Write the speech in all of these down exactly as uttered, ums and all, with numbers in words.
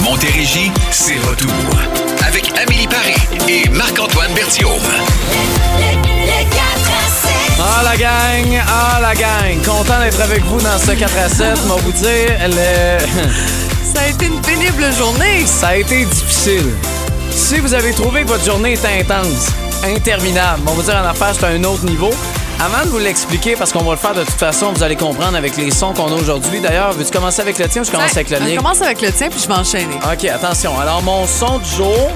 Montérégie, c'est retour. Avec Amélie Paris et Marc-Antoine Berthiaume. Ah la gang, ah la gang, content d'être avec vous dans ce quatre à sept. On va vous dire, le... ça a été une pénible journée. Ça a été difficile. Si vous avez trouvé que votre journée était intense, interminable, on va vous dire en affaires, c'est à un autre niveau. Avant de vous l'expliquer, parce qu'on va le faire de toute façon, vous allez comprendre avec les sons qu'on a aujourd'hui. D'ailleurs, veux-tu commencer avec le tien ou je commence ouais, avec le mien? Je commence avec le tien puis je vais enchaîner. OK, attention. Alors, mon son du jour...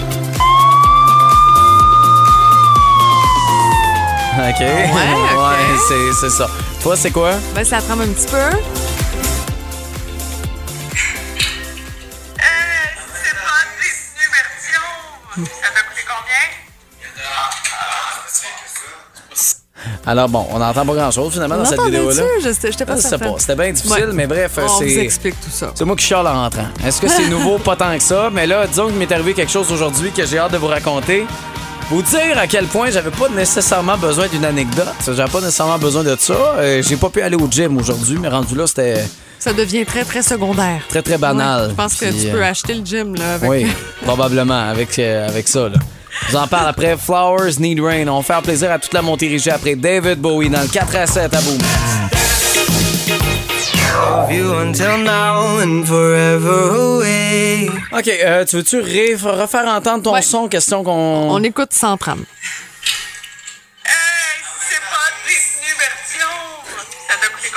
OK. Ouais, OK. Ouais, c'est, c'est ça. Toi, c'est quoi? Ben, ça tremble un petit peu. Alors bon, on n'entend pas grand-chose finalement on dans cette vidéo-là. Je n'étais pas certaine. Pas. C'était bien difficile, ouais. Mais bref, on c'est... On vous explique tout ça. C'est moi qui chiale en rentrant. Est-ce que c'est nouveau? Pas tant que ça. Mais là, disons qu'il m'est arrivé quelque chose aujourd'hui que j'ai hâte de vous raconter. Vous dire à quel point j'avais pas nécessairement besoin d'une anecdote. J'avais pas nécessairement besoin de ça. Euh, j'ai pas pu aller au gym aujourd'hui, mais rendu là, c'était... Ça devient très, très secondaire. Très, très banal. Ouais, je pense que Puis, tu peux euh... acheter le gym, là. Avec... Oui, probablement, avec, euh, avec ça, là. Je vous en parle après. Flowers Need Rain. On va faire plaisir à toute la Montérégie après David Bowie dans le quatre à sept à Boom. OK, euh, tu veux-tu ré- refaire entendre ton ouais. son? Question qu'on... On écoute sans trame. Hey, c'est pas détenu version. Ça t'a coûté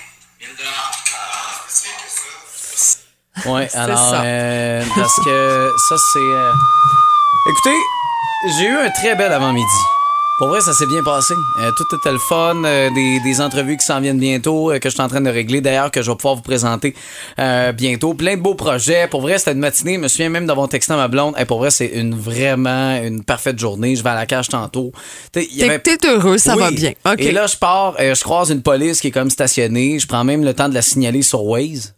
combien? Ouais, alors, euh, parce que ça, c'est... Euh... Écoutez, j'ai eu un très bel avant-midi. Pour vrai, ça s'est bien passé. Euh, tout était le fun, euh, des, des entrevues qui s'en viennent bientôt, euh, que je suis en train de régler, d'ailleurs, que je vais pouvoir vous présenter euh, bientôt. Plein de beaux projets. Pour vrai, c'était une matinée. Je me souviens même d'avoir texté à ma blonde. Hey, pour vrai, c'est une vraiment une parfaite journée. Je vais à la cage tantôt. T'sais, y avait... T'es, t'es heureux, ça oui. va bien. Okay. Et là, je pars, euh, je croise une police qui est comme stationnée. Je prends même le temps de la signaler sur Waze.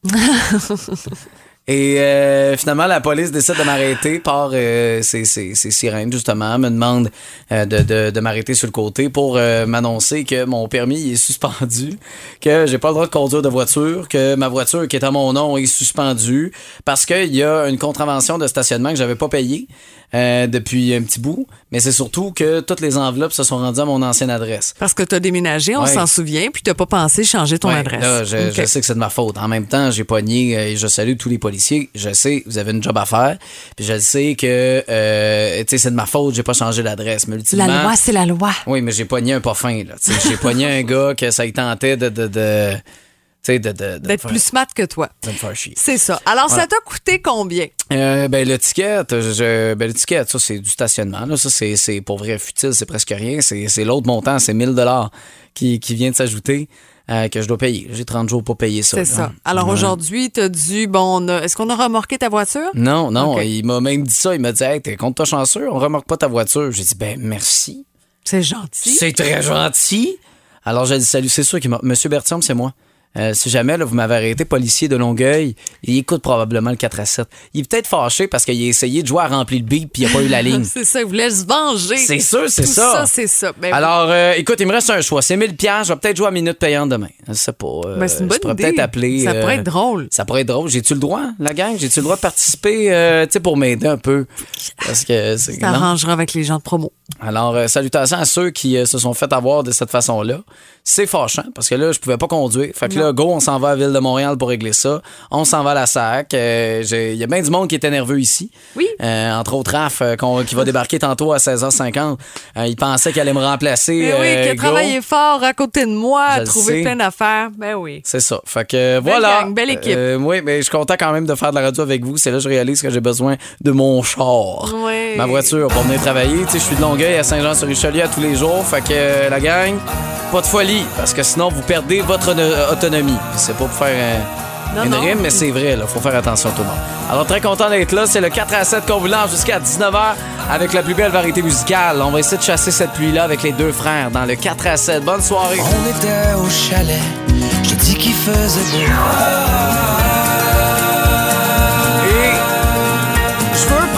Et euh, finalement, la police décide de m'arrêter par euh, ses, ses, ses sirènes, justement, me demande euh, de, de, de m'arrêter sur le côté pour euh, m'annoncer que mon permis est suspendu, que j'ai pas le droit de conduire de voiture, que ma voiture qui est à mon nom est suspendue parce qu'il y a une contravention de stationnement que j'avais pas payée euh, depuis un petit bout, mais c'est surtout que toutes les enveloppes se sont rendues à mon ancienne adresse. Parce que t'as déménagé, on ouais. s'en souvient, puis t'as pas pensé changer ton ouais, adresse. Là, je, okay. je sais que c'est de ma faute. En même temps, j'ai pogné, euh, je salue tous les policiers. Je sais, vous avez une job à faire. Puis je sais que euh, tu sais, c'est de ma faute, j'ai pas changé l'adresse. Mais ultimement, la loi, c'est la loi. Oui, mais j'ai pogné un pas fin, là. J'ai pogné un gars que ça y tentait de. de, de De, de, de d'être faire, plus smart que toi. De me faire chier. C'est ça. Alors, voilà. Ça t'a coûté combien? Euh, ben, le ticket, je, ben, le ticket, ça, c'est du stationnement. Là. Ça, c'est, c'est pour vrai futile, c'est presque rien. C'est, c'est l'autre montant, c'est mille dollars qui, qui vient de s'ajouter. Euh, que je dois payer. J'ai trente jours pour payer ça. C'est là. ça. Alors ouais. Aujourd'hui, t'as dû... Bon, on a... Est-ce qu'on a remorqué ta voiture? Non, non. Okay. Il m'a même dit ça. Il m'a dit, hey, t'es contre toi chanceux, on remorque pas ta voiture. J'ai dit, ben merci. C'est gentil. C'est très gentil. Alors j'ai dit, salut, c'est sûr qu'il m'a... Monsieur Berthiaume, c'est moi. Euh, si jamais là, vous m'avez arrêté, policier de Longueuil, il écoute probablement le quatre à sept. Il est peut-être fâché parce qu'il a essayé de jouer à remplir le beat puis il n'a pas eu la ligne. C'est ça, il voulait se venger. C'est sûr, c'est Tout ça. ça, c'est ça. Ben, alors, euh, écoute, il me reste un choix. C'est mille dollars. Je vais peut-être jouer à minute payante demain. Je sais pas. Euh, ben, c'est une bonne je pourrais idée. peut-être appeler. Ça euh, pourrait être drôle. Ça pourrait être drôle. J'ai-tu le droit, la gang? J'ai-tu le droit de participer euh, tu sais, pour m'aider un peu? Parce que c'est. Ça arrangera avec les gens de promo. Alors, euh, salutations à ceux qui euh, se sont fait avoir de cette façon-là. C'est fâchant parce que là, je pouvais pas conduire. Fait que non. Là, go, on s'en va à Ville de Montréal pour régler ça. On s'en va à la S A C. Il euh, y a bien du monde qui était nerveux ici. Oui. Euh, entre autres, Raph, euh, qui va débarquer tantôt à seize heures cinquante. Euh, il pensait qu'il allait me remplacer. Ben oui, euh, qui a go. travaillé fort à côté de moi, Je à trouver plein d'affaires. Ben oui. C'est ça. Fait que belle voilà. Gang, belle équipe. Euh, oui, mais je suis content quand même de faire de la radio avec vous. C'est là que je réalise que j'ai besoin de mon char. Oui. Ma voiture pour venir travailler. Tu sais, je suis de Longueuil à Saint-Jean-sur-Richelieu à tous les jours. Fait que euh, la gang, pas de folie. Parce que sinon, vous perdez votre autonomie. C'est pas pour faire euh, non, une non. rime, mais c'est vrai. Il faut faire attention tout le monde. Alors, très content d'être là. C'est le quatre à sept qu'on vous lance jusqu'à dix-neuf heures avec la plus belle variété musicale. On va essayer de chasser cette pluie-là avec les deux frères dans le quatre à sept. Bonne soirée. On était au chalet. Je dis qu'il faisait beau. Et je veux prendre deux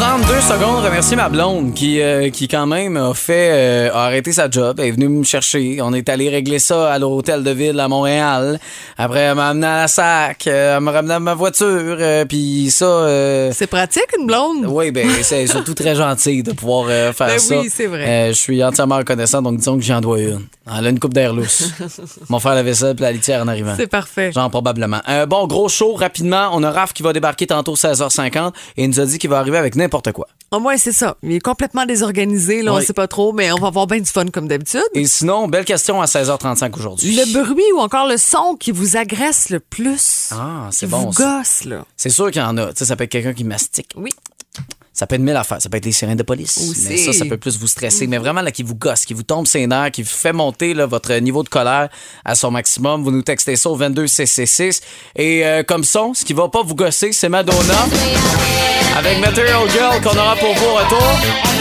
secondes remercier ma blonde qui, euh, qui quand même a fait euh, a arrêté sa job. Elle est venue me chercher. On est allé régler ça à l'hôtel de ville à Montréal. Après, elle m'a amené à la sac. Euh, elle m'a ramené à ma voiture. Euh, Puis ça... Euh, C'est pratique, une blonde? oui, ben c'est surtout très gentil de pouvoir euh, faire Ben ça. oui, c'est vrai. Euh, je suis entièrement reconnaissant, donc disons que j'en dois une. Elle a une coupe d'air lousse. Mon frère la vaisselle puis la litière en arrivant. C'est parfait. Genre, probablement. Euh, bon, gros show, rapidement. On a Raph qui va débarquer tantôt seize heures cinquante et il nous a dit qu'il va arriver avec n'importe quoi. Au moins, c'est ça. Il est complètement désorganisé, là, Oui. on sait pas trop, mais on va avoir bien du fun comme d'habitude. Et sinon, belle question à seize heures trente-cinq aujourd'hui. Le bruit ou encore le son qui vous agresse le plus. Ah, c'est qui bon, vous ça. gosse, là. C'est sûr qu'il y en a. Tu sais, ça peut être quelqu'un qui mastique. Oui. Ça peut être mille affaires. Ça peut être les sirènes de police. Aussi. Mais ça, ça peut plus vous stresser. Mais vraiment, là, qui vous gosse, qui vous tombe ses nerfs, qui vous fait monter là, votre niveau de colère à son maximum. Vous nous textez ça au vingt-deux six six six. Et euh, comme son, ce qui va pas vous gosser, c'est Madonna avec Material Girl qu'on aura pour vous au retour.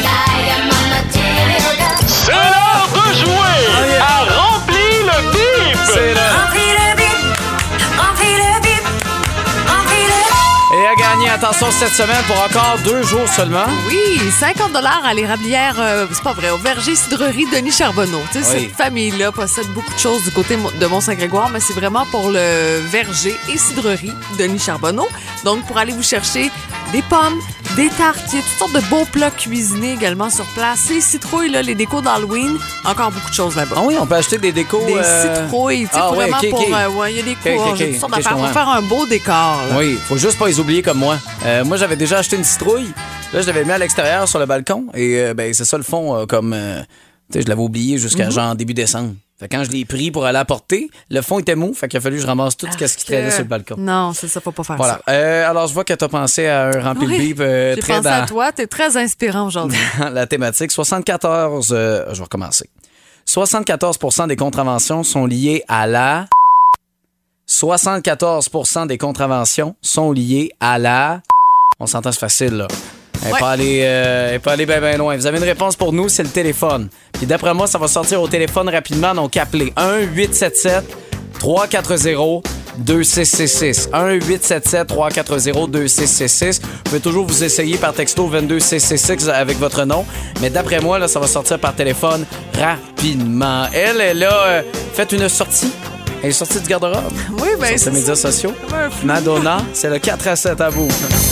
C'est l'heure de jouer à Remplis le bip! C'est là. Remplis le bip, remplis le bip, remplis le Et à gagner, attention, cette semaine pour encore deux jours seulement. Oui, cinquante dollars à l'érablière, euh, c'est pas vrai, au verger cidrerie Denis Charbonneau. Tu sais, Oui. cette famille-là possède beaucoup de choses du côté de Mont-Saint-Grégoire, mais c'est vraiment pour le verger et cidrerie Denis Charbonneau. Donc, pour aller vous chercher des pommes, des tartes, il y a toutes sortes de beaux plats cuisinés également sur place. Les citrouilles, là, les décos d'Halloween, encore beaucoup de choses là-bas. Ah oui, on peut acheter des décos. Des euh, citrouilles, tu sais, ah pour ouais, vraiment ok, pour... ok. euh, ouais, il y a des Ok, cours, ok, toutes ok, sortes ok, d'affaires je pour comprends. faire un beau décor. Là. Oui, faut juste pas les oublier comme moi. Euh, moi, j'avais déjà acheté une citrouille. Là, je l'avais mis à l'extérieur sur le balcon. Et euh, ben, c'est ça le fond, euh, comme. euh, tu sais, je l'avais oublié jusqu'à Mm-hmm. genre début décembre. Fait que quand je l'ai pris pour aller apporter, le fond était mou. Fait qu'il a fallu que je ramasse tout ce qui traînait sur le balcon. Non, c'est ça, faut pas faire Voilà. ça. Euh, alors, je vois que tu as pensé à un rempli Oui, le bip euh, j'ai très pensé dans à toi, t'es très inspirant aujourd'hui. la thématique. soixante-quatorze. Euh, je vais recommencer. soixante-quatorze pour cent des contraventions sont liées à la. soixante-quatorze pour cent des contraventions sont liées à la. On s'entend, c'est facile, là. Elle n'est Ouais. pas allée, euh, elle est pas allée bien, bien loin. Vous avez une réponse pour nous, c'est le téléphone. Puis d'après moi, ça va sortir au téléphone rapidement, donc appelez un huit sept sept trois quatre zéro deux six six six. un huit sept sept trois quatre zéro deux six six six. Vous pouvez toujours vous essayer par texto vingt-deux six six six avec votre nom. Mais d'après moi, là, ça va sortir par téléphone rapidement. Elle, elle a euh, fait une sortie. Elle est sortie du garde-robe. Oui, ben Sur ses c'est médias ça. sociaux. Comme un flou. Madonna, c'est le quatre à sept à vous.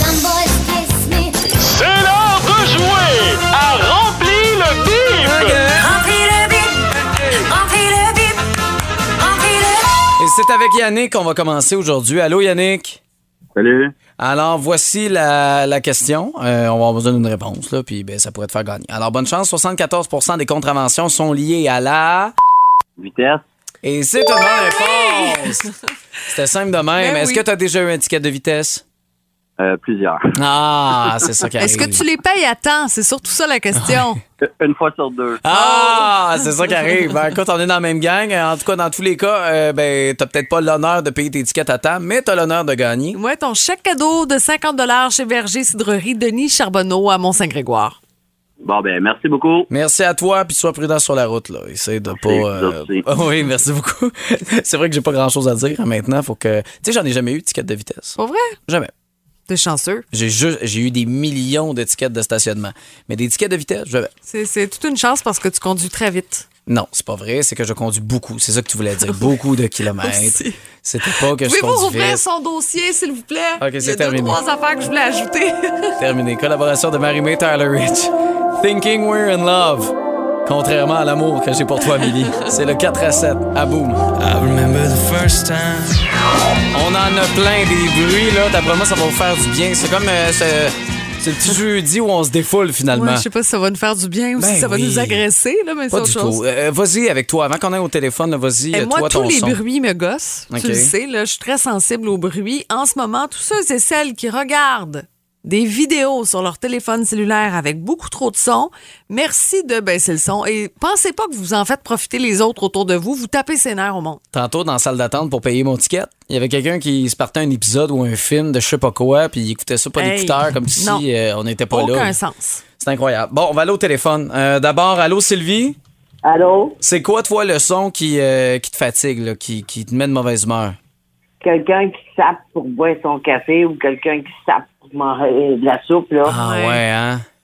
C'est l'heure de jouer à Remplis le bip! Remplis le bip, remplis le bip, remplis le Et c'est avec Yannick qu'on va commencer aujourd'hui. Allô, Yannick? Salut. Alors, voici la, la question. Euh, on va avoir besoin d'une réponse, là, puis ben, ça pourrait te faire gagner. Alors, bonne chance. soixante-quatorze pour cent des contraventions sont liées à la... Vitesse. Et c'est une bonne réponse! C'était simple de même. Ben Est-ce oui. que tu as déjà eu un ticket de vitesse? Euh, plusieurs. Ah, c'est ça qui arrive. Est-ce que tu les payes à temps? C'est surtout ça la question. Une fois sur deux. Ah, c'est ça qui arrive. Ben, écoute, on est dans la même gang. En tout cas, dans tous les cas, euh, ben, t'as peut-être pas l'honneur de payer tes tickets à temps, mais t'as l'honneur de gagner. Ouais, ton chèque cadeau de cinquante dollars chez Verger Cidrerie Denis Charbonneau à Mont-Saint-Grégoire. Bon, ben, merci beaucoup. Merci à toi, puis sois prudent sur la route, là. Essaye de pas... euh, merci. Oui, merci beaucoup. C'est vrai que j'ai pas grand-chose à dire. Maintenant, faut que... Tu sais, j'en ai jamais eu de ticket de vitesse. Pas vrai? Jamais. T'es chanceux. J'ai juste, j'ai eu des millions de tickets de stationnement. Mais des tickets de vitesse, jamais. C'est, c'est toute une chance parce que tu conduis très vite. Non, c'est pas vrai. C'est que je conduis beaucoup. C'est ça que tu voulais dire. Beaucoup de kilomètres. Aussi. C'était pas que je Pouvez-vous conduis rouvrir vite. son dossier, s'il vous plaît? Ok, Il y a c'est deux, terminé. trois affaires que je voulais ajouter. Terminé. Collaboration de Marie-May Tyler Rich. Thinking We're in Love. Contrairement à l'amour que j'ai pour toi, Amélie. C'est le quatre à sept à Boom. I remember the first time. On en a plein des bruits, là. D'après moi, ça va vous faire du bien. C'est comme euh, ce, ce petit jeudi où on se défoule, finalement. Ouais, je sais pas si ça va nous faire du bien ou Ben si ça va oui. nous agresser, là, mais c'est Pas autre du chose. tout. Euh, vas-y avec toi. Avant qu'on aille au téléphone, là, vas-y, Et euh, moi, toi, tous ton les son. bruits me gossent. Ok. Tu le sais, là, je suis très sensible aux bruits. En ce moment, tous ceux et celles qui regardent des vidéos sur leur téléphone cellulaire avec beaucoup trop de son, merci de baisser le son. Et pensez pas que vous en faites profiter les autres autour de vous. Vous tapez ses nerfs au monde. Tantôt, dans la salle d'attente pour payer mon ticket, il y avait quelqu'un qui se partait un épisode ou un film de je sais pas quoi, puis il écoutait ça pas Hey, d'écouteur, comme si non. euh, on n'était pas Aucun là. sens. C'est incroyable. Bon, on va aller au téléphone. Euh, D'abord, allô, Sylvie? Allô? C'est quoi, toi, le son qui, euh, qui te fatigue, là, qui, qui te met de mauvaise humeur? Quelqu'un qui sape pour boire son café ou quelqu'un qui sape pour manger de la soupe, là. Ah ouais, hein?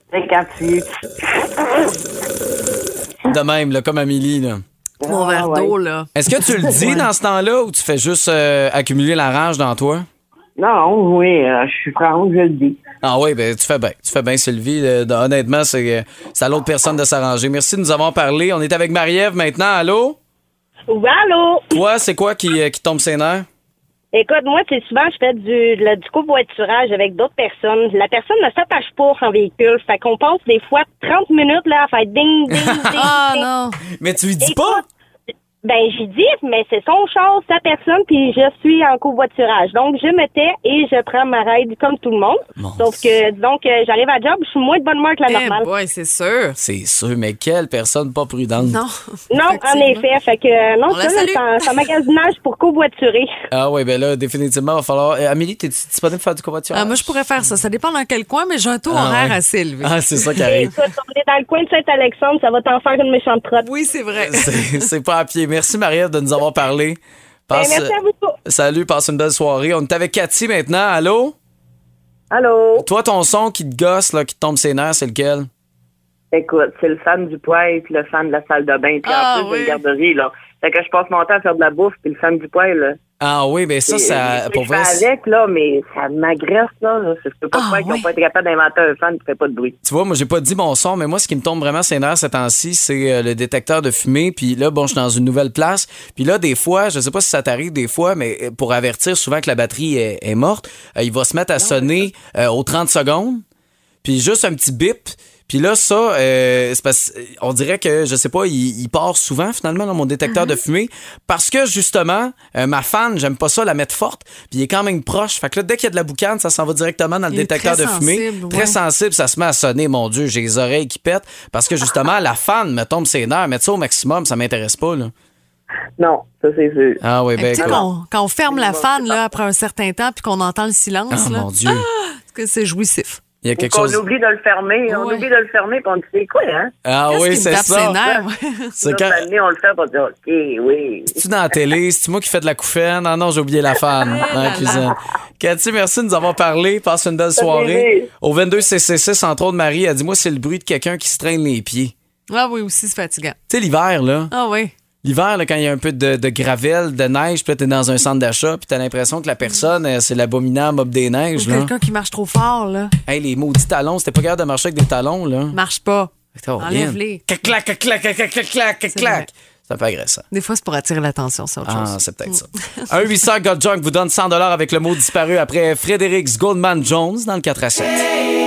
C'est quand tu... De même, là, comme Amélie, là. Mon verre ouais. d'eau, là. Est-ce que tu le dis dans ce temps-là ou tu fais juste euh, accumuler la rage dans toi? Non, oui, euh, je suis franche, je le dis. Ah oui, ben tu fais bien. Tu fais bien, Sylvie. Euh, honnêtement, c'est, euh, c'est à l'autre personne de s'arranger. Merci de nous avoir parlé. On est avec Marie-Ève maintenant. Allô? Oui, allô? Toi, c'est quoi qui, euh, qui tombe ses nerfs? Écoute, moi, c'est souvent, je fais du, le, du covoiturage avec d'autres personnes. La personne ne s'attache pas en véhicule. Fait qu'on passe des fois trente minutes là, à faire ding, ding, ding. Ah ding. non! Mais tu lui dis Écoute, pas? Ben, j'y dis, mais c'est son char, sa personne, puis je suis en covoiturage. Donc, je me tais et je prends ma ride comme tout le monde. Mon Sauf que, disons que j'arrive à job, je suis moins de bonne humeur que la Eh normale. boy, c'est sûr. C'est sûr, mais quelle personne pas prudente. Non. Non, en Effectivement. effet. Fait que, euh, non, On la ça, là, salue. c'est un, c'est un magasinage pour covoiturer. Ah oui, ben là, définitivement, il va falloir... Euh, Amélie, t'es disponible pour faire du covoiturage? Ah, moi, je pourrais faire ça. Ça dépend dans quel coin, mais j'ai un taux Ah, horaire ouais. assez élevé. Ah, c'est ça qui arrive. Écoute, on est dans le coin de Saint-Alexandre, ça va t'en faire une méchante trotte. Oui, c'est vrai. c'est, c'est pas à pied. Merci, Marie-Ève, de nous avoir parlé. Ben, Passe- merci à vous tous. Salut, passe une belle soirée. On est avec Cathy maintenant. Allô? Allô? Toi, ton son qui te gosse, là, qui te tombe ses nerfs, c'est lequel? Écoute, c'est le fan du poêle puis le fan de la salle de bain. Puis Ah, en plus, j'ai oui. une garderie, là. Fait que je passe mon temps à faire de la bouffe puis le fan du poêle, là. Ah oui, ben ça, ça... je Pour fais vrai, c'est- avec, là, mais ça m'agresse, là. là. Je peux pas Ah, croire qu'ils oui. n'ont pas été capables d'inventer un fan qui fait pas de bruit. Tu vois, moi, j'ai pas dit mon son, mais moi, ce qui me tombe vraiment ses nerfs ces temps-ci, c'est euh, le détecteur de fumée. Puis là, bon, je suis dans une nouvelle place. Puis là, des fois, je sais pas si ça t'arrive des fois, mais euh, pour avertir souvent que la batterie est, est morte, euh, il va se mettre à sonner euh, aux trente secondes. Puis juste un petit bip. Puis là, ça, euh, c'est parce, on dirait que, je sais pas, il, il part souvent, finalement, dans mon détecteur de fumée. Parce que, justement, euh, ma fan, j'aime pas ça la mettre forte. Puis il est quand même proche. Fait que là, dès qu'il y a de la boucane, ça s'en va directement dans le Il est détecteur très de fumée. sensible, Très ouais. sensible, ça se met à sonner, mon Dieu, j'ai les oreilles qui pètent. Parce que, justement, la fan me tombe ses nerfs. Mettre ça au maximum, ça m'intéresse pas, là. Non, ça, c'est sûr. Ah oui, ben, Tu sais, écoute. quand, quand on ferme la fan là, après un certain temps puis qu'on entend le silence, Ah, là, mon Dieu. parce que c'est jouissif. Il y a Ou quelque qu'on chose. oublie de le fermer. On Ouais. oublie de le fermer, puis on dit, c'est quoi, hein? Ah Qu'est-ce oui, qui me c'est tape ses ça. nerfs? C'est Là, quand. cette année, on le fait, puis on dit, OK, oui. C'est-tu dans la télé? C'est-tu moi qui fais de la couffaine? Non, non, j'ai oublié la fan dans la cuisine. Cathy, merci de nous avoir parlé. Passe une belle soirée. Au vingt-deux C C six, entre autres, Marie a dit, moi, c'est le bruit de quelqu'un qui se traîne les pieds. Ah oui, aussi, c'est fatigant. Tu sais, l'hiver, là. Ah oui. L'hiver, là, quand il y a un peu de, de gravelle, de neige, puis là, t'es dans un centre d'achat, puis t'as l'impression que la personne, euh, c'est l'abominable mob des Ou neiges, là. quelqu'un qui marche trop fort, là. Hey, les maudits talons, c'était pas capable de marcher avec des talons, là. Marche pas. Oh, Enlève-les. Clac, clac, clac, clac, clac, clac, clac, C'est clac. vrai. C'est un peu agressant. Des fois, c'est pour attirer l'attention, c'est autre Ah, chose. c'est peut-être ça. Un huit cents Got Junk vous donne cent dollars avec le mot disparu après Frédéric's Goldman Jones dans le quatre à sept.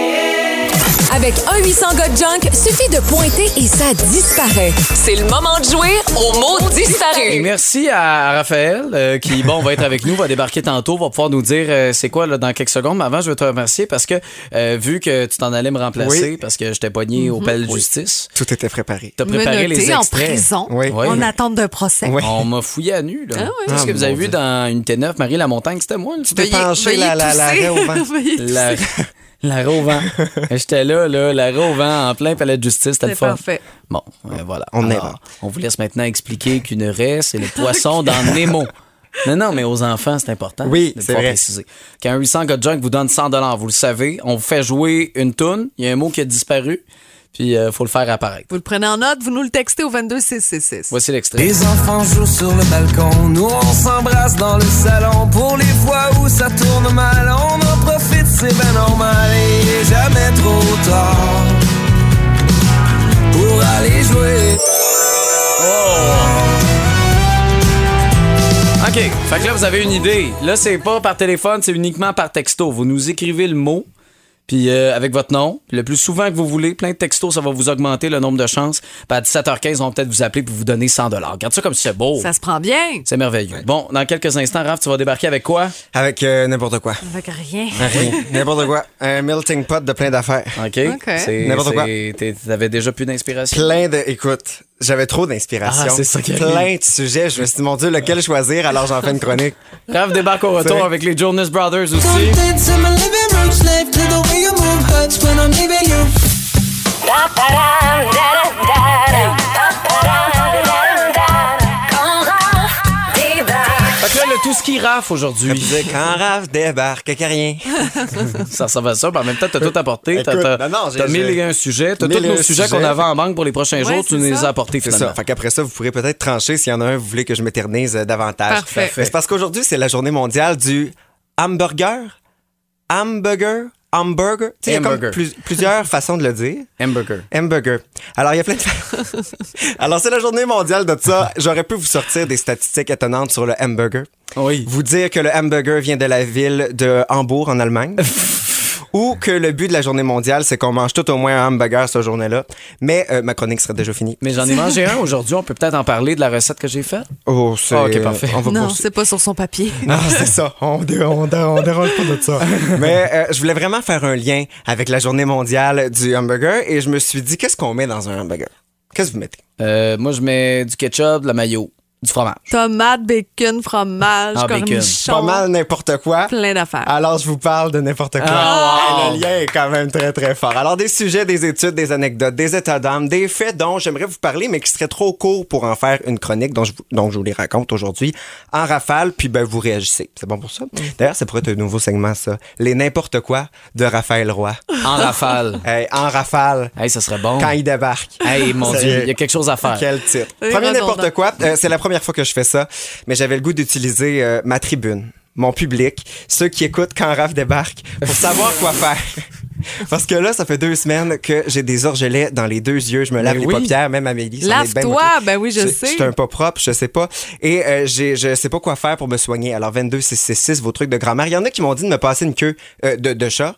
Avec un huit cents Got Junk, suffit de pointer et ça disparaît. C'est le moment de jouer au mot Et disparu. merci à Raphaël euh, qui, bon, va être avec nous, va débarquer tantôt, va pouvoir nous dire euh, c'est quoi là, dans quelques secondes. Mais avant, je veux te remercier parce que euh, vu que tu t'en allais me remplacer Oui. parce que j'étais pogné au palais de justice, Tout était préparé. t'as préparé Menotté les en extraits. prison, Oui. Oui. en attente d'un procès. Oui. On m'a fouillé à nu. Là. Ah oui. Qu'est-ce que Ah, vous avez mon vu Dieu. dans une T neuf, Marie La Montagne, c'était moi. Là. Tu t'es penché la, la, l'arrêt au vent. La, l'arrêt au vent. J'étais là, là, l'arrêt au vent en plein palais de justice, c'était le C'est fun. parfait. Bon, euh, voilà. On Alors, est là. on vous laisse maintenant expliquer qu'une raie, c'est le poisson dans Nemo. Non, non, mais aux enfants, c'est important. Oui, de c'est pouvoir vrai. préciser. Quand un huit cents Got Junk vous donne cent dollars, vous le savez, on vous fait jouer une toune, il y a un mot qui a disparu, puis il faut le faire apparaître. Vous le prenez en note, vous nous le textez au vingt-deux six six six. Voici l'extrait. Les enfants jouent sur le balcon, nous on s'embrasse dans le salon. Pour les fois où ça tourne mal, on en profite, c'est ben normal. Et il est jamais trop tard pour aller jouer. OK. Fait que là, vous avez une idée. Là, c'est pas par téléphone, c'est uniquement par texto. Vous nous écrivez le mot, puis euh, avec votre nom. Puis le plus souvent que vous voulez, plein de textos, ça va vous augmenter le nombre de chances. Puis à dix-sept heures quinze, on va peut-être vous appeler pour vous donner cent dollars. Regarde ça comme c'est beau. Ça se prend bien. C'est merveilleux. Bon, dans quelques instants, Raph, tu vas débarquer avec quoi? Avec euh, n'importe quoi. Avec rien. Rien. N'importe quoi. Un melting pot de plein d'affaires. OK. OK. C'est, N'importe quoi. c'est- t'es- T'avais déjà plus d'inspiration? Plein de. Écoute, j'avais trop d'inspiration. Ah, c'est ça qui arrive. Plein de sujets. Je me suis dit, mon Dieu, lequel choisir? Alors j'en fais une chronique. Raph débarque au retour C'est- avec les Jonas Brothers aussi. Fait que là, le tout ce qui rafle aujourd'hui. Quand Raph débarque, qu'il y a rien. Ça ressemble à ça, mais en même temps, t'as tout apporté. T'as, Écoute, t'as, non, non, j'ai- t'as mille j'ai- et un sujets. T'as mille tous et nos un sujets sujets. qu'on avait en banque pour les prochains jours. Ouais, Tu nous c'est les ça. as apportés C'est finalement. ça. Fait qu'après ça, vous pourrez peut-être trancher s'il y en a un, vous voulez que je m'éternise euh, davantage. Parfait. Mais c'est parce qu'aujourd'hui, c'est la journée mondiale du hamburger. Hamburger. Hamburger. Tu sais, il y a comme Hamburger. plus- plusieurs façons de le dire. Hamburger. Hamburger. Alors, il y a plein de... fa- Alors, c'est la journée mondiale de ça. J'aurais pu vous sortir des statistiques étonnantes sur le hamburger. Oui. Vous dire que le hamburger vient de la ville de Hambourg, en Allemagne. Ou que le but de la journée mondiale, c'est qu'on mange tout au moins un hamburger cette journée-là. Mais euh, ma chronique serait déjà finie. Mais j'en ai mangé un aujourd'hui. On peut peut-être en parler de la recette que j'ai faite. Oh, c'est... Ah, ok, parfait. On va Non, poursuivre. c'est pas sur son papier. Non, c'est ça. On, dé- on, dé- on dérange pas de ça. Mais euh, je voulais vraiment faire un lien avec la journée mondiale du hamburger et je me suis dit, qu'est-ce qu'on met dans un hamburger? Qu'est-ce que vous mettez? Euh, moi, je mets du ketchup, de la mayo, du fromage. Tomate, bacon, fromage, Ah, bacon. cornichon. Pas mal n'importe quoi. Plein d'affaires. Alors, je vous parle de n'importe quoi. Ah, wow. Et le lien est quand même très, très fort. Alors, des sujets, des études, des anecdotes, des états d'âme, des faits dont j'aimerais vous parler, mais qui seraient trop courts pour en faire une chronique, donc je, vous- donc je vous les raconte aujourd'hui en rafale, puis ben, vous réagissez. C'est bon pour ça? D'ailleurs, ça pourrait être un nouveau segment, ça. Les n'importe quoi de Raphaël Roy. En rafale. Hey, en rafale, Hey, ça serait bon. quand il débarque. Hey, mon Sérieux. Dieu, il y a quelque chose à faire. Quel titre. Oui, Premier redondant. n'importe quoi. Euh, c'est la première fois que je fais ça, mais j'avais le goût d'utiliser euh, ma tribune, mon public, ceux qui écoutent quand Raph débarque, pour savoir quoi faire. Parce que là, ça fait deux semaines que j'ai des orgelets dans les deux yeux. Je me lave Mais les oui. paupières, même Amélie. s'en est bien Lave-toi, moquée. ben oui, je C'est- sais. C'est un pas propre, je sais pas. Et euh, j'ai, je sais pas quoi faire pour me soigner. Alors, vingt-deux six six six, vos trucs de grand-mère. Il y en a qui m'ont dit de me passer une queue euh, de, de chat.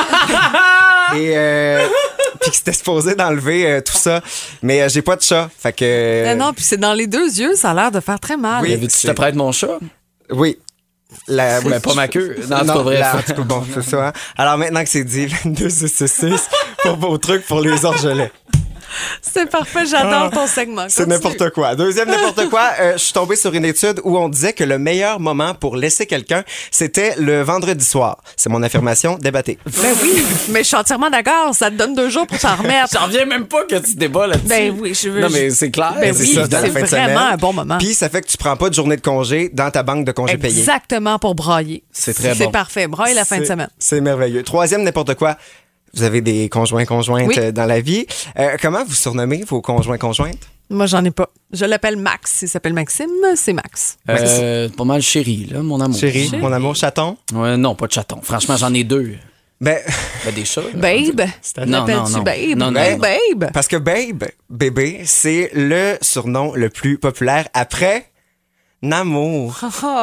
Et... Euh, puis que c'était supposé d'enlever euh, tout ça. Mais euh, j'ai pas de chat. Fait que... Ah non, puis c'est dans les deux yeux, ça a l'air de faire très mal. Oui. Veux-tu que je te prête mon chat? Oui. La, Mais pas ma queue. Non, c'est pas vrai. la- en tout cas, bon, c'est ça. Hein. Alors maintenant que c'est dit, vingt-deux six six six pour vos trucs pour les orgelets. C'est parfait, j'adore ton segment. C'est Continue. n'importe quoi. Deuxième n'importe quoi, euh, je suis tombé sur une étude où on disait que le meilleur moment pour laisser quelqu'un, c'était le vendredi soir. C'est mon affirmation, débattez. Ben oui, mais je suis entièrement d'accord. Ça te donne deux jours pour t'en remettre. J'en reviens même pas que tu débats là-dessus. Ben oui, je veux. Non, mais c'est clair. Ben C'est oui, ça, dans la c'est fin de vraiment semaine. un bon moment. Puis ça fait que tu prends pas de journée de congé dans ta banque de congés payés. Exactement pour brailler. C'est très C'est bon. parfait. Braille la fin de C'est- semaine. C'est merveilleux. Troisième n'importe quoi. Vous avez des conjoints conjointes Oui. euh, dans la vie. Euh, comment vous surnommez vos conjoints conjointes? Moi, j'en ai pas. Je l'appelle Max. Il s'appelle Maxime, c'est Max. Euh, pas mal chéri, là, mon amour. Chérie, mon amour, chaton? Ouais, non, pas de chaton. Franchement, j'en ai deux. Ben, Ben, des chats. là. Babe. Non, non, L'appelles-tu non. Babe? Non, non, Hey, non. Babe. parce que Babe, bébé, c'est le surnom le plus populaire après Namour.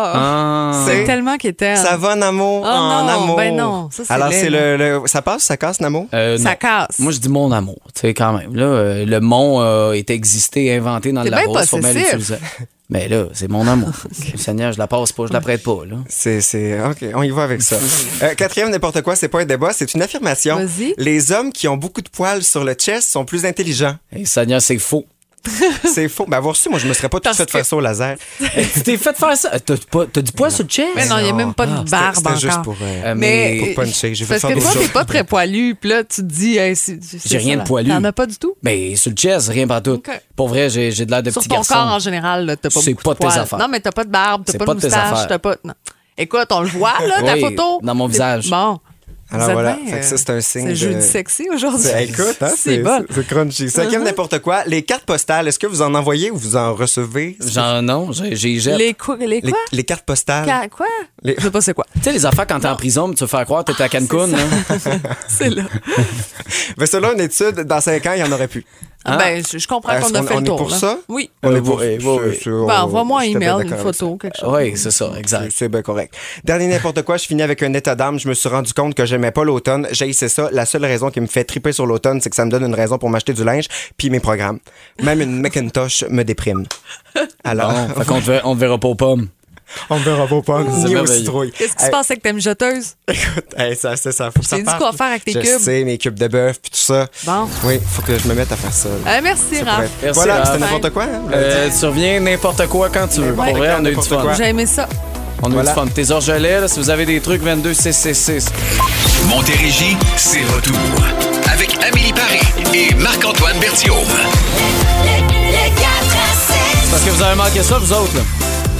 Ah. C'est C'est- tellement qu'il était. Ça va, Namour? Oh en non, amour. ben non, ça, c'est Alors, laid, c'est là. le, le- Ça passe, ça casse, Namour? Euh, Ça non. casse. Moi, je dis mon amour, tu sais, quand même. Là, euh, le mot a été existé, inventé dans T'es le bien Larousse. Faut bien possessif. l'utiliser. Mais là, c'est mon amour. Seigneur, je la passe pas, je la prête pas, là. C'est, c'est, OK, on y va avec ça. Euh, quatrième, n'importe quoi, c'est pas un débat, c'est une affirmation. Vas-y. Les hommes qui ont beaucoup de poils sur le chest sont plus intelligents. Hey, Seigneur, c'est faux. C'est faux. Ben, avoir su, moi, je me serais pas tout Parce fait que- faire ça au laser. Hey, tu t'es fait faire ça. T'as, pas- t'as du poids sur le chest? Mais non, il n'y a même pas de C'était- barbe c'était encore. juste pour, euh, Euh, mais pour puncher. J'ai fait parce faire que d'autres toi, t'es choses. pas très poilu, puis là, tu te dis, hey, c'est- c'est J'ai rien ça, de là. poilu. T'en as pas du tout? Ben, sur le chest, rien par tout. Ok. Pour vrai, j'ai, j'ai de l'air de Sur petit ton garçon. corps en général, là, t'as pas C'est beaucoup pas de tes poils. affaires. Non, mais t'as pas de barbe, t'as C'est pas, pas de tes moustache, affaires. t'as pas. Non. Écoute, on le voit, là, ta Oui, photo. dans mon T'es- visage. Bon. Alors Vous êtes voilà, bien, fait que ça, euh, c'est un signe C'est de- jeudi sexy aujourd'hui. C'est- Écoute, hein, c'est bon. c'est crunchy. Cinquième, Uh-huh. n'importe quoi. Les cartes postales, est-ce que vous en envoyez ou vous en recevez? Genre, non, j'ai, j'ai jette. Les quoi? Les Les, quoi? les cartes postales. Ca- Quoi? Les- Je sais pas c'est quoi. Tu sais, les affaires quand t'es en prison, mais tu veux faire croire que t'es à Cancun, là. C'est là. Mais selon une étude, dans cinq ans, il y en aurait plus. Hein? Ben, je, je comprends Est-ce qu'on a qu'on- fait on le est tour. pour là. ça? Oui. On Euh, est pour oui, oui, oui. c'est- Ben, c'est- envoie-moi un je suis email, bien une d'accord avec photo, quelque chose. Oui, c'est ça, C'est- exact. C'est bien correct. Dernier n'importe quoi, je finis avec un état d'âme. Je me suis rendu compte que j'aimais pas l'automne. J'haïssais ça. La seule raison qui me fait triper sur l'automne, c'est que ça me donne une raison pour m'acheter du linge puis mes programmes. Même une Macintosh me déprime. Alors, Bon, fait qu'on te verra, on te verra pas aux pommes. on ne verra pas pas ni aux merveilleux. citrouilles. Qu'est-ce qui se Hey, passe avec ta mijoteuse? Écoute, hey, ça, ça, ça, faut que ça t'ai dit parte. quoi faire avec tes je cubes. sais, mes cubes de bœuf puis tout ça. Bon. Oui, faut que je me mette à faire ça. là. Euh, merci, Ça Raph. pourrait- Merci, voilà, Raph. c'était n'importe quoi. Hein? Euh, tu reviens n'importe quoi quand tu veux. Pour Ouais. vrai, on a eu du N'importe fun. quoi. J'ai aimé ça. On a eu Voilà. du fun. Tes orgelets, là, si vous avez des trucs, vingt-deux six six six. Montérégie, c'est retour. Avec Amélie Paris et Marc-Antoine Berthiaume. Le quatre à six. Parce que vous avez manqué ça, vous autres, là.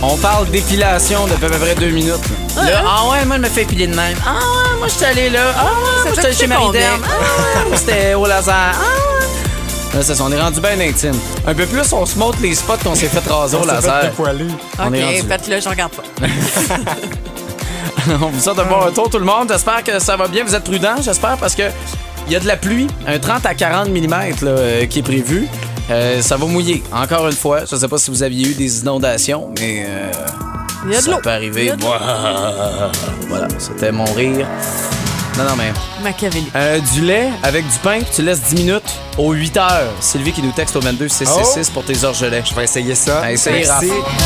On parle d'épilation depuis à peu près deux minutes. Là, là ah ouais, moi, je me fais épiler de même. Ah ouais, moi, je suis allé là. Ah ouais, moi, je suis allé chez Marie-Derme. Ah ouais, c'était au laser. Ah ouais. Là, c'est ça, on est rendu bien intime. Un peu plus, on se montre les spots qu'on s'est fait raser au laser. OK, faites-le, je regarde pas. On vous souhaite un bon retour, tout le monde. J'espère que ça va bien. Vous êtes prudents, j'espère, parce que il y a de la pluie, un trente à quarante millimètres là, euh, qui est prévu. Euh, ça va mouiller, encore une fois. Je ne sais pas si vous aviez eu des inondations, mais euh, il y a de ça l'eau. peut arriver. Voilà, c'était mon rire. Non, non, mais... Machiavélique. Euh, du lait avec du pain, puis tu laisses dix minutes aux huit heures. Sylvie qui nous texte au vingt-deux six six six pour tes orgelets. Je vais essayer ça. Essayez, Raph.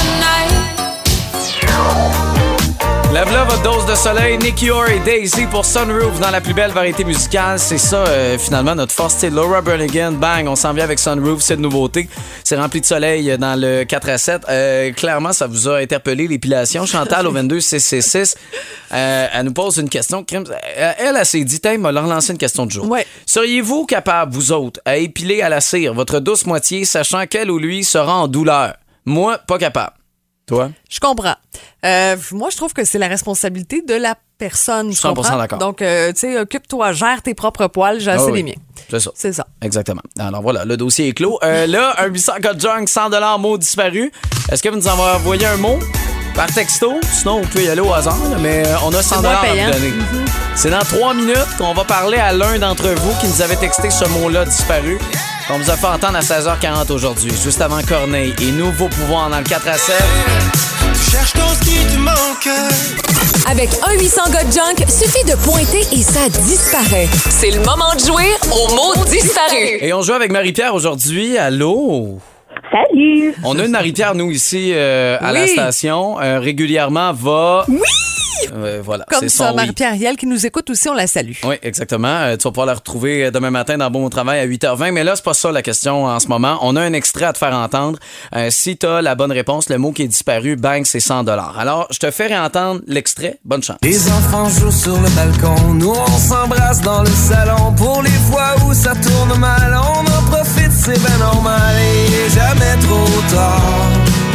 Lève-là votre dose de soleil, Nicky Orr et Daisy pour Sunroof dans la plus belle variété musicale. C'est ça, euh, finalement, notre force. C'est Laura Branigan, bang, on s'en vient avec Sunroof, c'est de nouveauté. C'est rempli de soleil dans le quatre à sept. Euh, clairement, ça vous a interpellé, l'épilation. Chantal au vingt-deux six six six, euh, elle nous pose une question. Elle, elle, elle s'est dit, elle m'a relancé une question de jour. Ouais. Seriez-vous capable, vous autres, à épiler à la cire votre douce moitié, sachant qu'elle ou lui sera en douleur? Moi, pas capable. Toi? Je comprends. Euh, moi, je trouve que c'est la responsabilité de la personne. Je cent pour cent comprends. d'accord. Donc, euh, tu sais, occupe-toi, gère tes propres poils, j'ai assez Ah oui. les miens. C'est ça. C'est ça. Exactement. Alors voilà, le dossier est clos. Euh, là, un huit cents code junk, cent dollars mot disparu. Est-ce que vous nous envoyez un mot par texto? Sinon, vous pouvez y aller au hasard, là, mais on a cent dollars à vous donner. Mm-hmm. C'est dans trois minutes qu'on va parler à l'un d'entre vous qui nous avait texté ce mot-là disparu. On vous a fait entendre à seize heures quarante aujourd'hui, juste avant Corneille et Nouveau Pouvoir dans le quatre à sept. Tu cherches ton ce qui te manque. Avec un huit cents gars de junk, suffit de pointer et ça disparaît. C'est le moment de jouer au mot disparu. Et on joue avec Marie-Pierre aujourd'hui. Allô? Salut! On a une Marie-Pierre, nous, ici, euh, à Oui. la station. Euh, régulièrement, va... Oui! Euh, voilà, Comme c'est ça, son oui. Marie-Pierre Riel qui nous écoute aussi, on la salue. Oui, exactement. Euh, tu vas pouvoir la retrouver demain matin dans Bon Travail à huit heures vingt. Mais là, c'est pas ça la question en ce moment. On a un extrait à te faire entendre. Euh, si tu as la bonne réponse, le mot qui est disparu, bang, c'est cent dollars. Alors, je te fais réentendre l'extrait. Bonne chance. Les enfants jouent sur le balcon, nous on s'embrasse dans le salon. Pour les fois où ça tourne mal, on en profite, c'est ben normal. Et il est jamais trop tard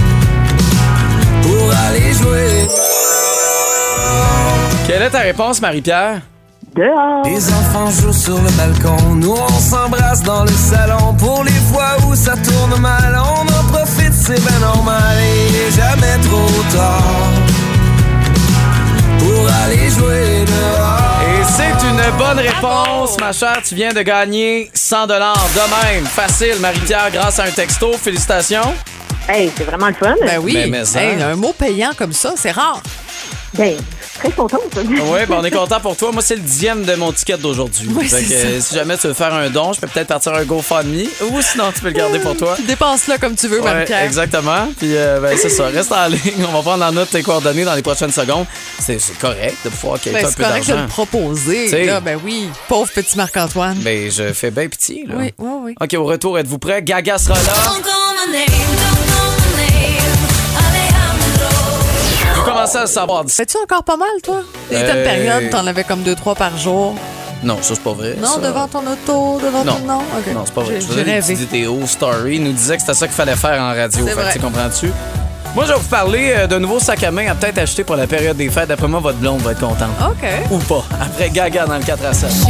pour aller jouer. Quelle est ta réponse, Marie-Pierre? Dehors. Les enfants jouent sur le balcon, nous on s'embrasse dans le salon. Pour les fois où ça tourne mal, on en profite, c'est ben normal. Et il est jamais trop tard pour aller jouer dehors. Et c'est une bonne réponse, ma chère. Tu viens de gagner cent dollars de même. Facile, Marie-Pierre, grâce à un texto. Félicitations. Hey, c'est vraiment le fun. Ben oui, Ben, mais ça. Hey, un mot payant comme ça, c'est rare. Ben, très contente. Oui, ben on est content pour toi. Moi, c'est le dixième de mon ticket d'aujourd'hui. Oui, Fait c'est que, euh, si jamais tu veux faire un don, je peux peut-être partir un GoFundMe ou sinon tu peux le garder pour toi. Dépense-le comme tu veux, Ouais, Marie-Pierre. exactement. Puis euh, ben, c'est ça. Reste en ligne. On va prendre en note tes coordonnées dans les prochaines secondes. C'est, c'est correct de pouvoir Ben, quelqu'un un c'est peu correct de d'argent. le proposer. T'sais. Là, ben oui, pauvre petit Marc-Antoine. Ben, je fais bien pitié, là. Oui, oui, oui. OK, au retour, êtes-vous prêts? Gaga sera là. Vous commencez à le savoir. Fais-tu encore pas mal, toi? Il y a Euh, une période, t'en avais comme deux, trois par jour. Non, ça, c'est pas vrai. Non, ça. devant ton auto, devant Non. ton... Non, OK. Non, c'est pas vrai. J'ai- Je J'ai faisais des rêvé. petites vidéos, story. Il nous disait que c'était ça qu'il fallait faire en radio. C'est Fait que, vrai. tu comprends-tu? Moi, je vais vous parler euh, d'un nouveau sac à main à peut-être acheter pour la période des fêtes. D'après moi, votre blonde va être contente. OK. Ou pas. Après Gaga dans le quatre à sept.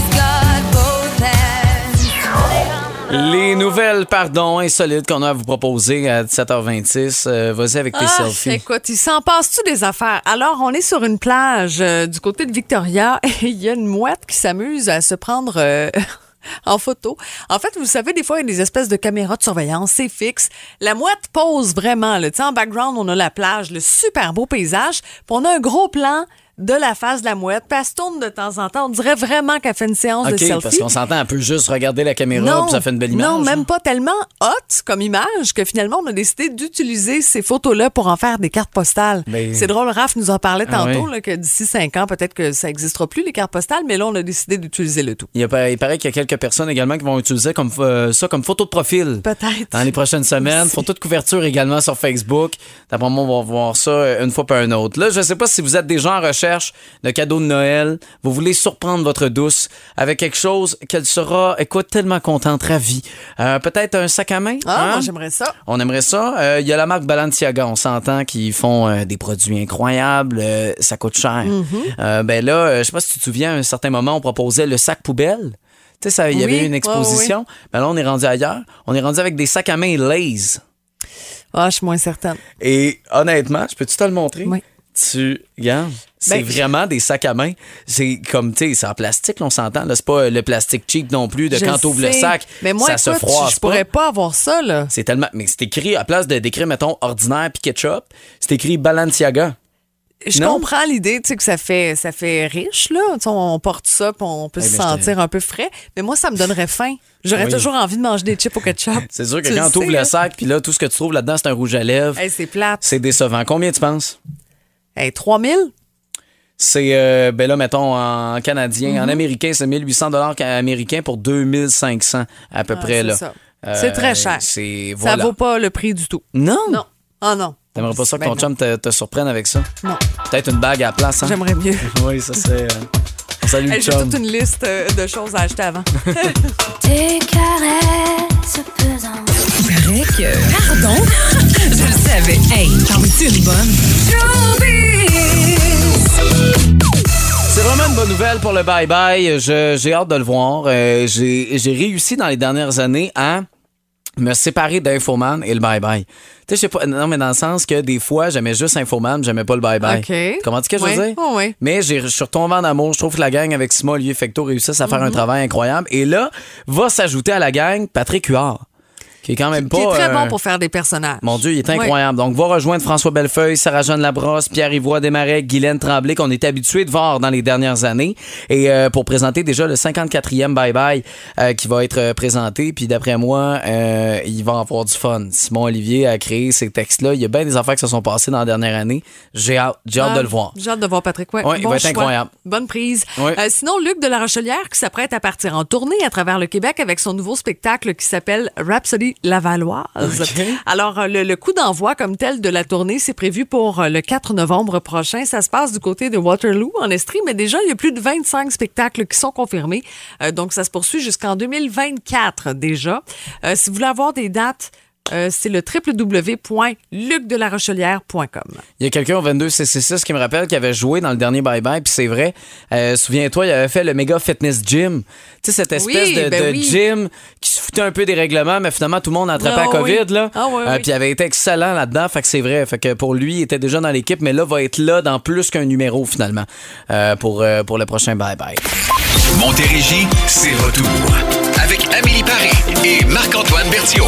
Les nouvelles, pardon, insolites qu'on a à vous proposer à dix-sept heures vingt-six. Euh, vas-y avec tes Ah, selfies. écoute, il s'en passe-tu des affaires? Alors, on est sur une plage euh, du côté de Victoria et il y a une mouette qui s'amuse à se prendre euh, en photo. En fait, vous savez, des fois, il y a des espèces de caméras de surveillance, c'est fixe. La mouette pose vraiment. Tu sais, en background, on a la plage, le super beau paysage, puis on a un gros plan de la face de la mouette, puis elle se tourne de temps en temps. On dirait vraiment qu'elle fait une séance de OK, selfie. parce qu'on s'entend, elle peut juste regarder la caméra puis ça fait une belle image. Non, même pas tellement hot comme image que finalement, on a décidé d'utiliser ces photos-là pour en faire des cartes postales. Mais- C'est drôle, Raph nous en parlait Ah tantôt, oui. là, que d'ici cinq ans, peut-être que ça n'existera plus, les cartes postales, mais là, on a décidé d'utiliser le tout. Il, y a, pas- il paraît qu'il y a quelques personnes également qui vont utiliser comme, euh, ça comme photo de profil. Peut-être. Dans les prochaines semaines. Photo de couverture également sur Facebook. D'après moi, on va voir ça une fois par une autre. Là, je sais pas si vous êtes déjà en recherche recherche de cadeau de Noël, vous voulez surprendre votre douce avec quelque chose qu'elle sera, écoute, tellement contente, ravie. Euh, peut-être un sac à main? Ah, hein? moi, j'aimerais ça. On aimerait ça. Il euh, y a la marque Balenciaga, on s'entend, qui font euh, des produits incroyables. Euh, ça coûte cher. Mm-hmm. Euh, ben là, euh, je sais pas si tu te souviens, à un certain moment, on proposait le sac poubelle. Tu sais, il y Oui, avait une exposition. ouais, ouais. Ben là, on est rendu ailleurs. On est rendu avec des sacs à main Lay's. Ah, je suis moins certaine. Et honnêtement, je peux-tu te le montrer? Oui. Tu, regarde, c'est Ben, vraiment des sacs à main. C'est comme, tu sais, c'est en plastique, là, on s'entend. Là, c'est pas le plastique cheap non plus de Je quand t'ouvres le sais. sac, Mais moi, ça se écoute, froisse je pas. pourrais pas avoir ça, là. C'est tellement, mais c'est écrit, à place de d'écrire, mettons, ordinaire puis ketchup, c'est écrit Balenciaga. Je Non? comprends l'idée, tu sais, que ça fait, ça fait riche, là. Tu sais, on porte ça, puis on peut Eh se ben, sentir un peu frais. Mais moi, ça me donnerait faim. J'aurais Oui. toujours envie de manger des chips au ketchup. C'est sûr que Tu quand le tu ouvres sais, le hein? sac, puis là, tout ce que tu trouves là-dedans, c'est un rouge à lèvres. Hey, c'est plate. C'est décevant. Combien tu penses? Hey, trois mille? C'est, euh, ben là, mettons, en canadien. Mm-hmm. En américain, c'est mille huit cents dollars américains pour deux mille cinq cents à peu Ah, près. c'est là. ça. Euh, C'est très cher. C'est, Ça voilà. vaut pas le prix du tout. Non? Non. Ah non. T'aimerais pas ça que Ben ton non. chum te, te surprenne avec ça? Non. Peut-être une bague à la place, hein? J'aimerais mieux. Oui, ça serait... euh, On salue Hey, le J'ai chum. toute une liste euh, de choses à acheter avant. Tes caresses pesantes. Vrai que... Pardon? Je le savais. Hey, t'en veux-tu une bonne? C'est vraiment une bonne nouvelle pour le bye-bye. Je- J'ai hâte de le voir. Euh, J'ai j'ai réussi dans les dernières années à me séparer d'Infoman et le bye-bye. Tu sais, je sais pas, non, mais dans le sens que des fois, j'aimais juste Infoman, j'aimais pas le bye-bye. OK. Comment tu que je veux Ouais. dire? Oh, ouais. Mais j'ai- je suis retombé en amour. Je trouve que la gang avec Simon, Olivier Fecteau réussissent à faire Mm-hmm. un travail incroyable. Et là, va s'ajouter à la gang Patrick Huard, qui est quand même pas... Qui est très euh, bon pour faire des personnages. Mon Dieu, il est Ouais. incroyable. Donc, va rejoindre François Bellefeuille, Sarah-Jeanne Labrosse, Pierre-Yvois Desmarais, Guylaine Tremblay, qu'on est habitué de voir dans les dernières années. Et euh, pour présenter déjà le cinquante-quatrième Bye Bye euh, qui va être euh, présenté. Puis d'après moi, euh, il va avoir du fun. Simon Olivier a créé ces textes-là. Il y a bien des affaires qui se sont passées dans la dernière année. J'ai hâte, j'ai hâte Ah, de le voir. J'ai hâte de voir Patrick. Ouais, Ouais, il bon va être choix. incroyable. Bonne prise. Ouais. Euh, sinon, Luc de la Rochelière qui s'apprête à partir en tournée à travers le Québec avec son nouveau spectacle qui s'appelle Rhapsody Lavalloise. OK. Alors, euh, le, le coup d'envoi comme tel de la tournée, c'est prévu pour euh, le quatre novembre prochain. Ça se passe du côté de Waterloo, en Estrie, mais déjà, il y a plus de vingt-cinq spectacles qui sont confirmés. Euh, donc, ça se poursuit jusqu'en deux mille vingt-quatre déjà. Euh, si vous voulez avoir des dates, euh, c'est le w w w point luc de la rochelière point com. Il y a quelqu'un au vingt-deux C C six qui me rappelle qu'il avait joué dans le dernier Bye Bye, puis c'est vrai. Euh, souviens-toi, il avait fait le méga fitness gym. Tu sais, cette espèce Oui, de, ben de oui. gym qui se foutait un peu des règlements, mais finalement, tout le monde attrapait Ah la COVID, oui. là. Ah oui, Euh, oui. Puis il avait été excellent là-dedans, fait que c'est vrai. Fait que pour lui, il était déjà dans l'équipe, mais là, va être là dans plus qu'un numéro, finalement, euh, pour, euh, pour le prochain Bye Bye. Montérégie, c'est retour. Avec Amélie Paris et Marc-Antoine Berthiaume.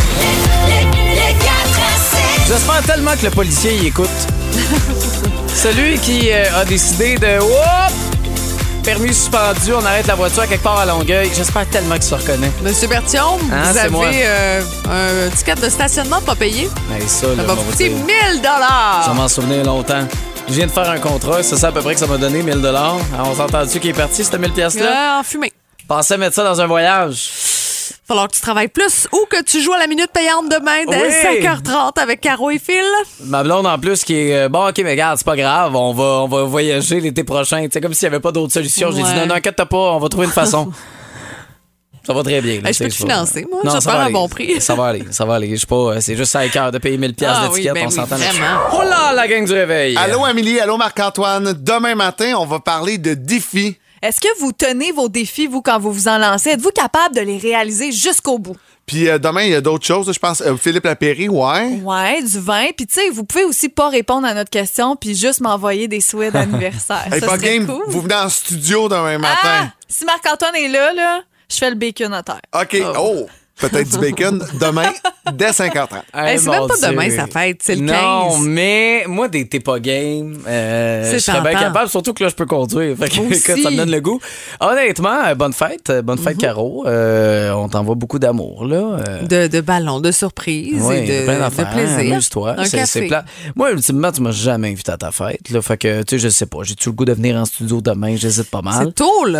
J'espère tellement que le policier y écoute. Celui qui euh, a décidé de... Whoop! Permis suspendu, on arrête la voiture à quelque part à Longueuil. J'espère tellement qu'il se reconnaît. Monsieur Berthiaume, Hein, vous c'est avez moi. euh, un ticket de stationnement pas payé. Mais ça, Ça là, va on va coûter dire- mille Je vais dollars. m'en souvenir longtemps. Je viens de faire un contrat, c'est ça à peu près que ça m'a donné mille dollars. On s'entend-tu qui est parti, cette mille pièces là En fumée. Pensais mettre ça dans un voyage. Falloir que tu travailles plus ou que tu joues à la minute payante demain dès Oui. cinq heures trente avec Caro et Phil. Ma blonde en plus qui est euh, bon, ok, mais regarde, c'est pas grave, on va, on va voyager l'été prochain. Tu sais, comme s'il n'y avait pas d'autre solution. J'ai dit Ouais. non, non, inquiète pas, on va trouver une façon. Ça va très bien. là, Hey, je peux c'est te pas- financer, moi. Non, Je vais ça faire va un aller. bon prix. Ça va aller, ça va aller. Je sais pas, c'est juste cinq heures de payer mille pièces Ah oui, d'étiquette, ben on oui, s'entend là-dessus. vraiment. Oh là, la gang du réveil. Allô, Amélie, allô, Marc-Antoine. Demain matin, on va parler de défis. Est-ce que vous tenez vos défis, vous, quand vous vous en lancez? Êtes-vous capable de les réaliser jusqu'au bout? Puis euh, demain, il y a d'autres choses, je pense. Euh, Philippe Lapéry, ouais. Ouais, du vin. Puis, tu sais, vous pouvez aussi pas répondre à notre question puis juste m'envoyer des souhaits d'anniversaire. Hey, Ça pas serait game, cool. vous venez en studio demain matin. Ah! Si Marc-Antoine est là, là, je fais le bacon à terre. OK, oh, peut-être du bacon demain, dès cinq heures trente. Hey, c'est même pas demain sa fête, c'est le Non, quinze. mais moi, des t'es pas game, euh, C'est je serais bien tentant. capable, surtout que là, je peux conduire. Fait que, Moi écoute, ça aussi. me donne le goût. Honnêtement, euh, bonne fête. euh, Bonne fête, Caro. Euh, on t'envoie beaucoup d'amour, là. euh. De, de ballons, de surprises Ouais, et de, plein de d'affaires. plaisir. Amuse-toi. Un C'est- café. c'est plat. Moi, ultimement, tu m'as jamais invité à ta fête. Là, fait que, tu sais, je sais pas. J'ai-tu le goût de venir en studio demain? J'hésite pas mal. C'est tôt, là.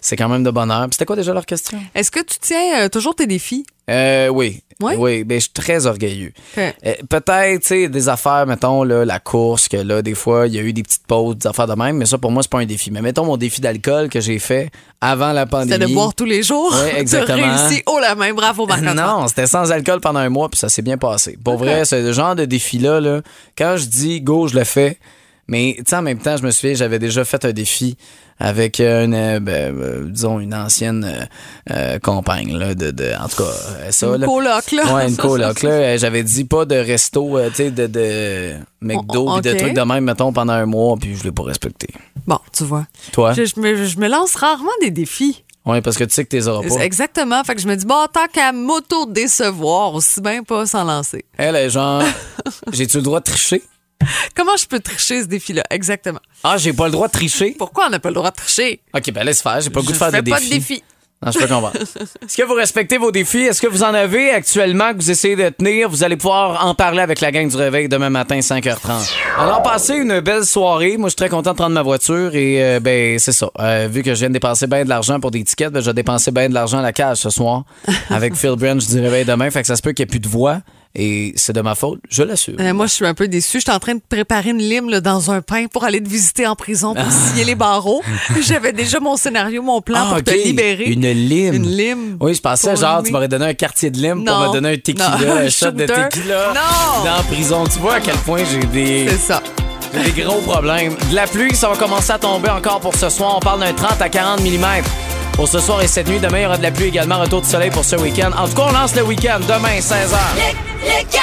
c'est quand même de bonheur. Puis c'était quoi déjà leur question? Est-ce que tu tiens euh, toujours tes défis? Euh, oui. Oui? Oui, ben, je suis très orgueilleux. Okay. Euh, peut-être, tu sais, des affaires, mettons, là, la course, que là, des fois, il y a eu des petites pauses, des affaires de même, mais ça, pour moi, c'est pas un défi. Mais mettons mon défi d'alcool que j'ai fait avant la pandémie. C'était de boire tous les jours? Oui, exactement. Tu as réussi haut la main. Bravo, Marc-Antoine. Non, c'était sans alcool pendant un mois, puis ça s'est bien passé. Pour okay. vrai, c'est le genre de défi-là, là, quand je dis go, je le fais. Mais, tu sais, en même temps, je me souviens, j'avais déjà fait un défi avec une, euh, ben, euh, disons, une ancienne euh, euh, compagne, là, de, de, en tout cas, euh, ça, une là. coloc, là. Ouais, une coloc, là. J'avais dit pas de resto, euh, tu sais, de, de McDo, oh, puis okay. de trucs de même, mettons, pendant un mois, puis je l'ai pas respecté. Bon, tu vois. Toi? Je, je, me, je me lance rarement des défis. Oui, parce que tu sais que t'es auras pas. Exactement. Fait que je me dis, bon, tant qu'à m'auto-décevoir, aussi bien pas s'en lancer. Elle est genre, j'ai-tu le droit de tricher? Comment je peux tricher ce défi-là? Exactement. Ah, j'ai pas le droit de tricher? Pourquoi on n'a pas le droit de tricher? OK, ben laisse faire. J'ai pas le goût de faire des défis. Je fais pas de défis. Non, je peux comprendre. Est-ce que vous respectez vos défis? Est-ce que vous en avez actuellement que vous essayez de tenir? Vous allez pouvoir en parler avec la gang du Réveil demain matin, cinq heures trente. Alors, passez une belle soirée. Moi, je suis très content de prendre ma voiture et, euh, ben, c'est ça. Euh, vu que je viens de dépenser bien de l'argent pour des tickets, ben, je vais dépenser bien de l'argent à la cage ce soir avec Phil Branch du Réveil demain. Fait que ça se peut qu'il n'y ait plus de voix. Et c'est de ma faute, je l'assure. Euh, moi, je suis un peu déçue. Je suis en train de préparer une lime là, dans un pain pour aller te visiter en prison pour scier les barreaux. J'avais déjà mon scénario, mon plan ah, pour okay. te libérer. Une lime. Une lime. Oui, je pensais genre limer. Tu m'aurais donné un quartier de lime non. pour me donner un tequila, non. un shot de tequila non. dans la prison. Tu vois à quel point j'ai des... C'est ça. J'ai des gros problèmes. De la pluie, ça va commencer à tomber encore pour ce soir. On parle d'un trente à quarante millimètres. Pour ce soir et cette nuit, demain, il y aura de la pluie également. Retour du soleil pour ce week-end. En tout cas, on lance le week-end demain, seize heures. Le, le